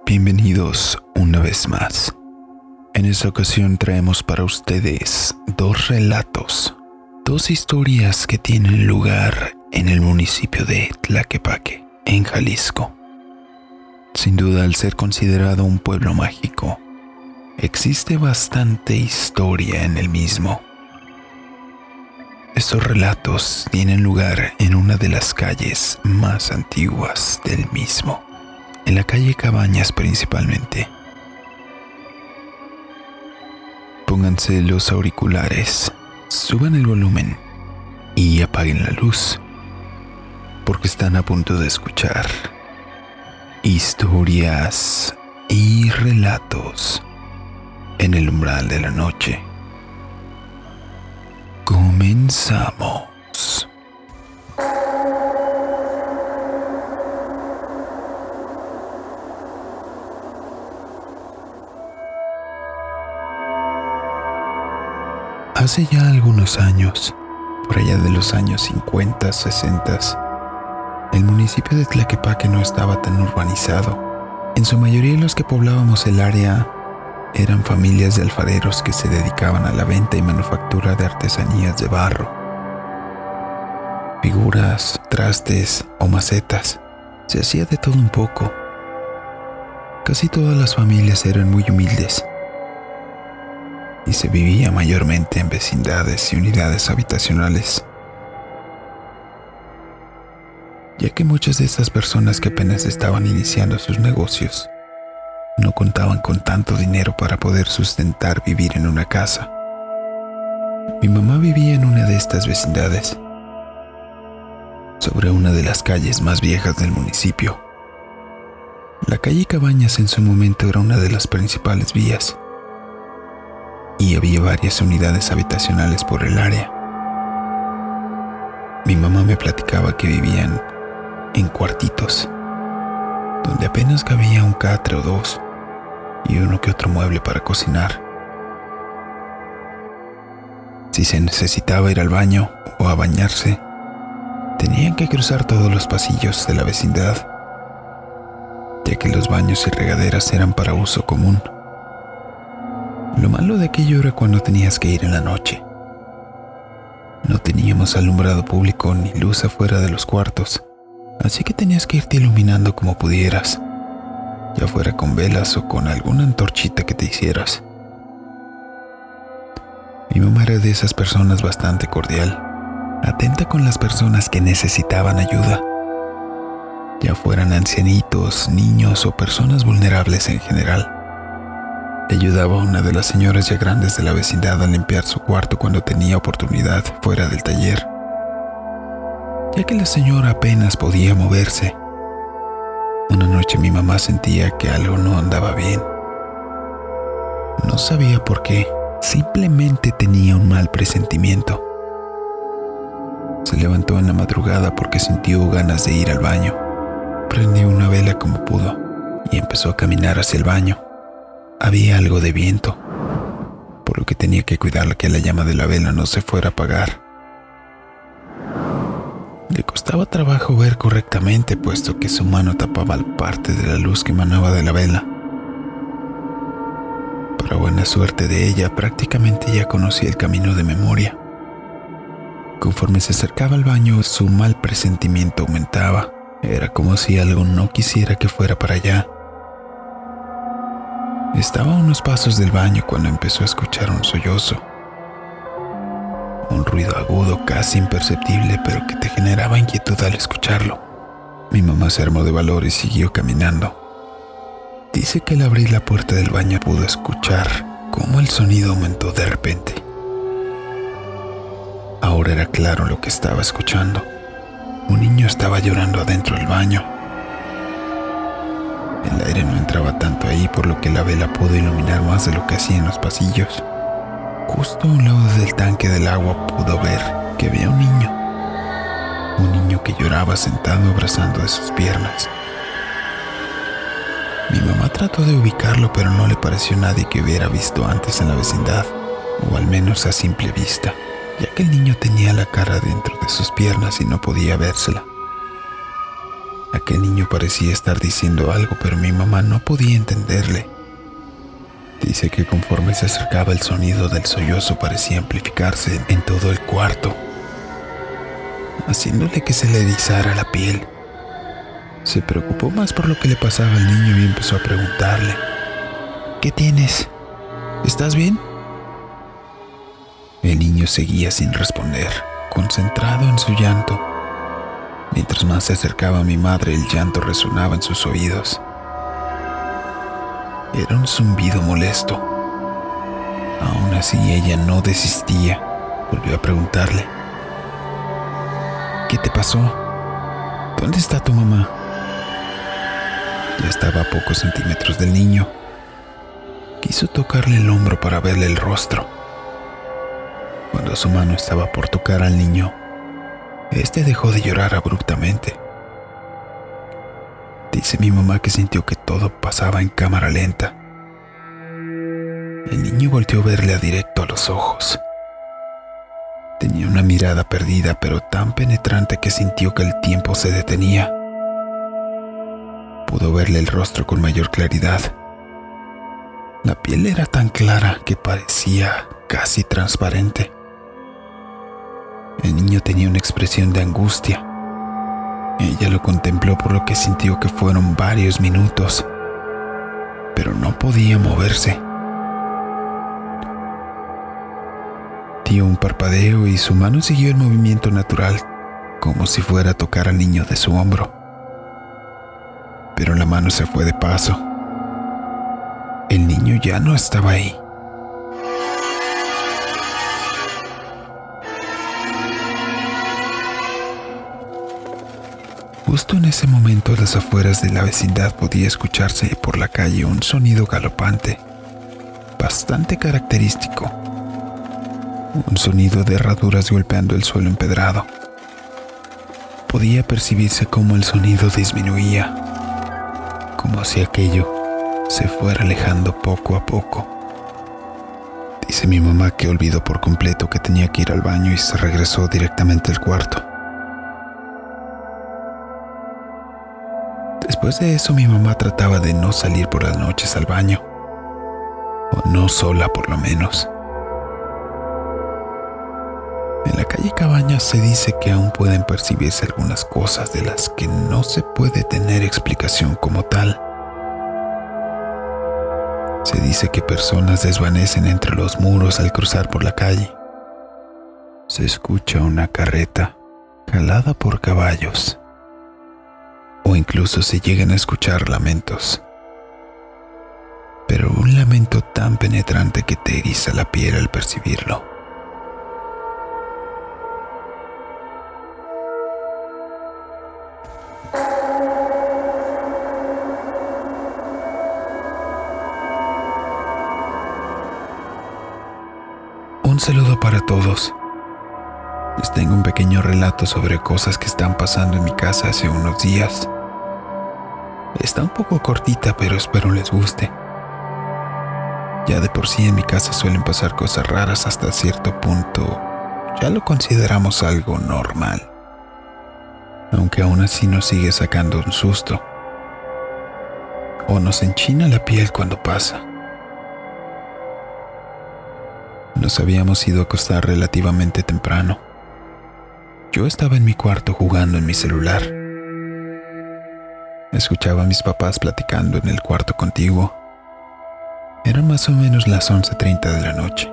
Bienvenidos una vez más. En esta ocasión traemos para ustedes dos relatos, dos historias que tienen lugar en el municipio de Tlaquepaque, en Jalisco. Sin duda, al ser considerado un pueblo mágico, existe bastante historia en el mismo. Estos relatos tienen lugar en una de las calles más antiguas del mismo, en la calle Cabañas principalmente. Pónganse los auriculares, suban el volumen y apaguen la luz, porque están a punto de escuchar historias y relatos en el umbral de la noche. Comenzamos. Hace ya algunos años, por allá de los años 50, 60, el municipio de Tlaquepaque no estaba tan urbanizado. En su mayoría los que poblábamos el área eran familias de alfareros que se dedicaban a la venta y manufactura de artesanías de barro, figuras, trastes o macetas. Se hacía de todo un poco. Casi todas las familias eran muy humildes y se vivía mayormente en vecindades y unidades habitacionales, ya que muchas de estas personas que apenas estaban iniciando sus negocios no contaban con tanto dinero para poder sustentar vivir en una casa. Mi mamá vivía en una de estas vecindades, sobre una de las calles más viejas del municipio. La calle Cabañas en su momento era una de las principales vías, y había varias unidades habitacionales por el área. Mi mamá me platicaba que vivían en cuartitos, donde apenas cabía un catre o dos, y uno que otro mueble para cocinar. Si se necesitaba ir al baño o a bañarse, tenían que cruzar todos los pasillos de la vecindad, ya que los baños y regaderas eran para uso común. Lo malo de aquello era cuando tenías que ir en la noche. No teníamos alumbrado público ni luz afuera de los cuartos, así que tenías que irte iluminando como pudieras, ya fuera con velas o con alguna antorchita que te hicieras. Mi mamá era de esas personas bastante cordial, atenta con las personas que necesitaban ayuda, ya fueran ancianitos, niños o personas vulnerables en general. Le ayudaba a una de las señoras ya grandes de la vecindad a limpiar su cuarto cuando tenía oportunidad fuera del taller, ya que la señora apenas podía moverse. Una noche mi mamá sentía que algo no andaba bien. No sabía por qué, simplemente tenía un mal presentimiento. Se levantó en la madrugada porque sintió ganas de ir al baño. Prendió una vela como pudo y empezó a caminar hacia el baño. Había algo de viento, por lo que tenía que cuidar que la llama de la vela no se fuera a apagar. Le costaba trabajo ver correctamente, puesto que su mano tapaba parte de la luz que emanaba de la vela. Para buena suerte de ella, prácticamente ya conocía el camino de memoria. Conforme se acercaba al baño, su mal presentimiento aumentaba. Era como si algo no quisiera que fuera para allá. Estaba a unos pasos del baño cuando empezó a escuchar un sollozo. Un ruido agudo, casi imperceptible, pero que te generaba inquietud al escucharlo. Mi mamá se armó de valor y siguió caminando. Dice que al abrir la puerta del baño pudo escuchar cómo el sonido aumentó de repente. Ahora era claro lo que estaba escuchando. Un niño estaba llorando adentro del baño. El aire no entraba tanto ahí, por lo que la vela pudo iluminar más de lo que hacía en los pasillos. Justo a un lado del tanque del agua pudo ver que había un niño que lloraba sentado abrazando de sus piernas. Mi mamá trató de ubicarlo, pero no le pareció nadie que hubiera visto antes en la vecindad, o al menos a simple vista, ya que el niño tenía la cara dentro de sus piernas y no podía vérsela. Aquel niño parecía estar diciendo algo, pero mi mamá no podía entenderle. Dice que conforme se acercaba el sonido del sollozo parecía amplificarse en todo el cuarto, haciéndole que se le erizara la piel. Se preocupó más por lo que le pasaba al niño y empezó a preguntarle: ¿qué tienes? ¿Estás bien? El niño seguía sin responder, concentrado en su llanto. Mientras más se acercaba a mi madre, el llanto resonaba en sus oídos. Era un zumbido molesto. Aún así, ella no desistía. Volvió a preguntarle: ¿qué te pasó? ¿Dónde está tu mamá? Ya estaba a pocos centímetros del niño. Quiso tocarle el hombro para verle el rostro. Cuando su mano estaba por tocar al niño, este dejó de llorar abruptamente. Dice mi mamá que sintió que todo pasaba en cámara lenta. El niño volteó a verle directo a los ojos. Tenía una mirada perdida, pero tan penetrante que sintió que el tiempo se detenía. Pudo verle el rostro con mayor claridad. La piel era tan clara que parecía casi transparente. El niño tenía una expresión de angustia. Ella lo contempló por lo que sintió que fueron varios minutos, pero no podía moverse. Dio un parpadeo y su mano siguió el movimiento natural, como si fuera a tocar al niño de su hombro. Pero la mano se fue de paso. El niño ya no estaba ahí. Justo en ese momento, a las afueras de la vecindad podía escucharse por la calle un sonido galopante, bastante característico. Un sonido de herraduras golpeando el suelo empedrado. Podía percibirse cómo el sonido disminuía, como si aquello se fuera alejando poco a poco. Dice mi mamá que olvidó por completo que tenía que ir al baño y se regresó directamente al cuarto. Después de eso, mi mamá trataba de no salir por las noches al baño, o no sola por lo menos. En la calle Cabañas se dice que aún pueden percibirse algunas cosas de las que no se puede tener explicación como tal. Se dice que personas desvanecen entre los muros al cruzar por la calle. Se escucha una carreta jalada por caballos. O incluso se llegan a escuchar lamentos. Pero un lamento tan penetrante que te eriza la piel al percibirlo. Un saludo para todos. Les tengo un pequeño relato sobre cosas que están pasando en mi casa hace unos días. Está un poco cortita, pero espero les guste. Ya de por sí en mi casa suelen pasar cosas raras hasta cierto punto. Ya lo consideramos algo normal. Aunque aún así nos sigue sacando un susto. O nos enchina la piel cuando pasa. Nos habíamos ido a acostar relativamente temprano. Yo estaba en mi cuarto jugando en mi celular. Escuchaba a mis papás platicando en el cuarto contiguo. Eran más o menos las 11:30 de la noche.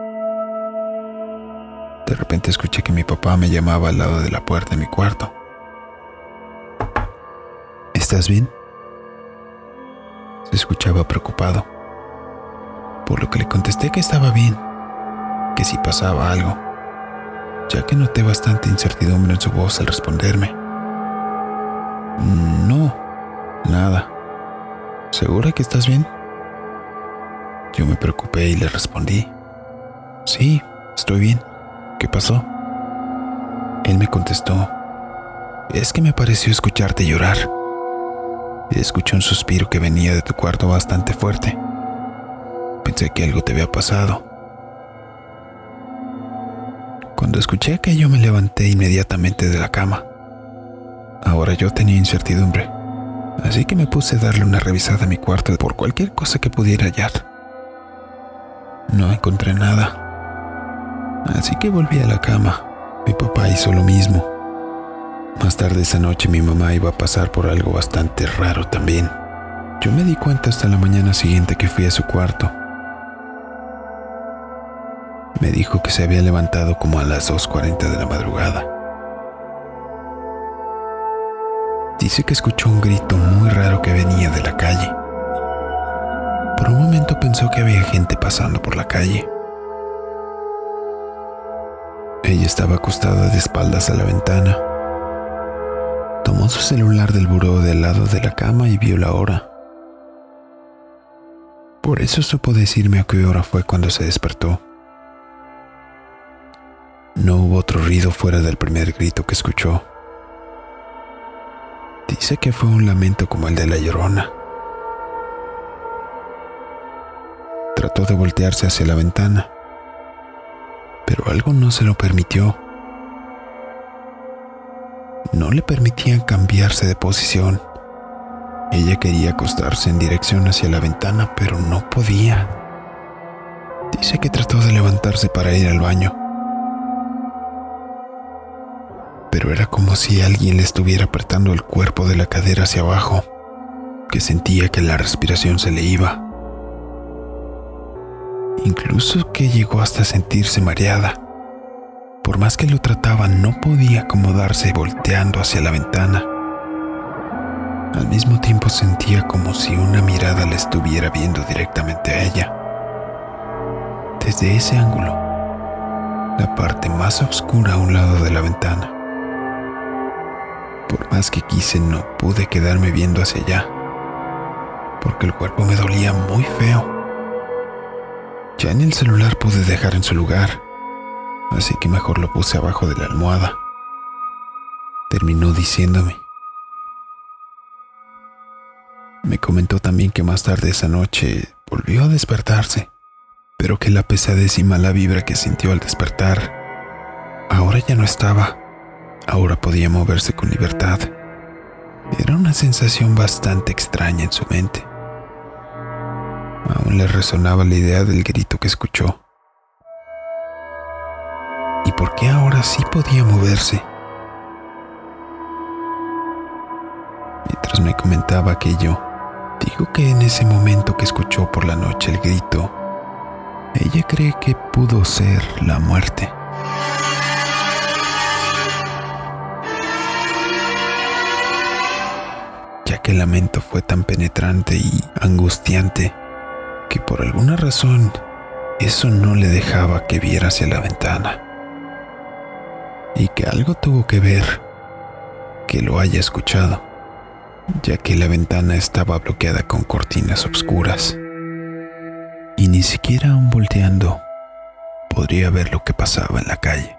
De repente escuché que mi papá me llamaba al lado de la puerta de mi cuarto. ¿Estás bien? Se escuchaba preocupado, por lo que le contesté que estaba bien, que si pasaba algo, ya que noté bastante incertidumbre en su voz al responderme. No, nada. ¿Segura que estás bien? Yo me preocupé y le respondí: sí, estoy bien. ¿Qué pasó? Él me contestó: es que me pareció escucharte llorar. Escuché un suspiro que venía de tu cuarto bastante fuerte. Pensé que algo te había pasado. Cuando escuché aquello me levanté inmediatamente de la cama. Ahora yo tenía incertidumbre, así que me puse a darle una revisada a mi cuarto por cualquier cosa que pudiera hallar. No encontré nada, así que volví a la cama. Mi papá hizo lo mismo. Más tarde esa noche mi mamá iba a pasar por algo bastante raro también. Yo me di cuenta hasta la mañana siguiente que fui a su cuarto. Me dijo que se había levantado como a las 2:40 de la madrugada. Dice que escuchó un grito muy raro que venía de la calle. Por un momento pensó que había gente pasando por la calle. Ella estaba acostada de espaldas a la ventana. Tomó su celular del buró del lado de la cama y vio la hora. Por eso supo decirme a qué hora fue cuando se despertó. No hubo otro ruido fuera del primer grito que escuchó. Dice que fue un lamento como el de la Llorona. Trató de voltearse hacia la ventana, pero algo no se lo permitió. No le permitían cambiarse de posición. Ella quería acostarse en dirección hacia la ventana, pero no podía. Dice que trató de levantarse para ir al baño, pero era como si alguien le estuviera apretando el cuerpo de la cadera hacia abajo, que sentía que la respiración se le iba. Incluso que llegó hasta sentirse mareada. Por más que lo trataba, no podía acomodarse volteando hacia la ventana. Al mismo tiempo sentía como si una mirada la estuviera viendo directamente a ella. Desde ese ángulo, la parte más oscura a un lado de la ventana. Por más que quise, no pude quedarme viendo hacia allá, porque el cuerpo me dolía muy feo. Ya en el celular pude dejar en su lugar, así que mejor lo puse abajo de la almohada. Terminó diciéndome. Me comentó también que más tarde esa noche volvió a despertarse, pero que la pesadez y mala vibra que sintió al despertar ahora ya no estaba. Ahora podía moverse con libertad. Era una sensación bastante extraña en su mente. Aún le resonaba la idea del grito que escuchó. ¿Y por qué ahora sí podía moverse? Mientras me comentaba aquello, dijo que en ese momento que escuchó por la noche el grito, ella cree que pudo ser la muerte. Ya que el lamento fue tan penetrante y angustiante que por alguna razón eso no le dejaba que viera hacia la ventana. Y que algo tuvo que ver que lo haya escuchado, ya que la ventana estaba bloqueada con cortinas oscuras. Y ni siquiera aún volteando podría ver lo que pasaba en la calle.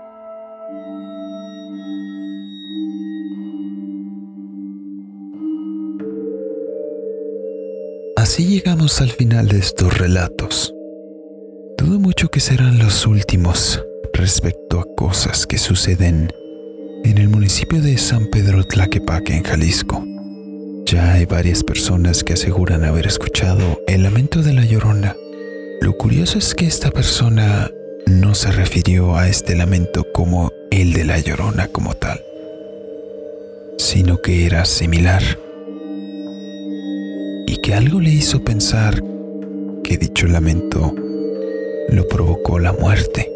Así llegamos al final de estos relatos. Dudo mucho que serán los últimos respecto a cosas que suceden en el municipio de San Pedro Tlaquepaque, en Jalisco. Ya hay varias personas que aseguran haber escuchado el lamento de la Llorona. Lo curioso es que esta persona no se refirió a este lamento como el de la Llorona como tal, sino que era similar. Y que algo le hizo pensar que dicho lamento lo provocó la muerte.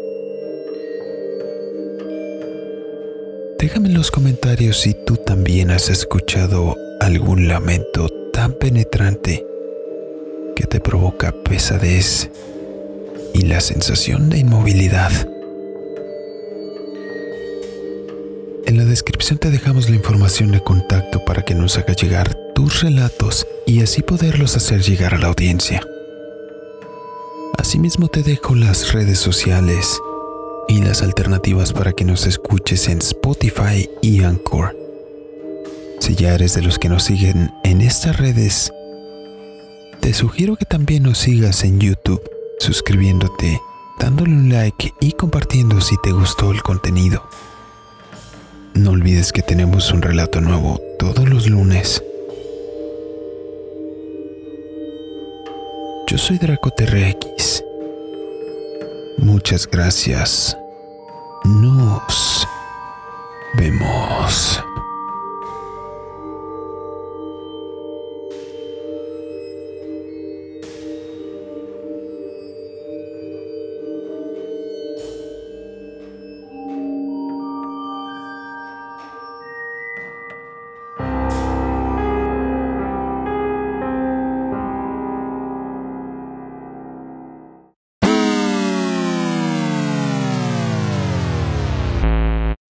Déjame en los comentarios si tú también has escuchado algún lamento tan penetrante que te provoca pesadez y la sensación de inmovilidad. En la descripción te dejamos la información de contacto para que nos hagas llegar tus relatos y así poderlos hacer llegar a la audiencia. Asimismo te dejo las redes sociales y las alternativas para que nos escuches en Spotify y Anchor. Si ya eres de los que nos siguen en estas redes, te sugiero que también nos sigas en YouTube, suscribiéndote, dándole un like y compartiendo si te gustó el contenido. No olvides que tenemos un relato nuevo todos los lunes. Yo soy DracoTRX. Muchas gracias. Nos vemos.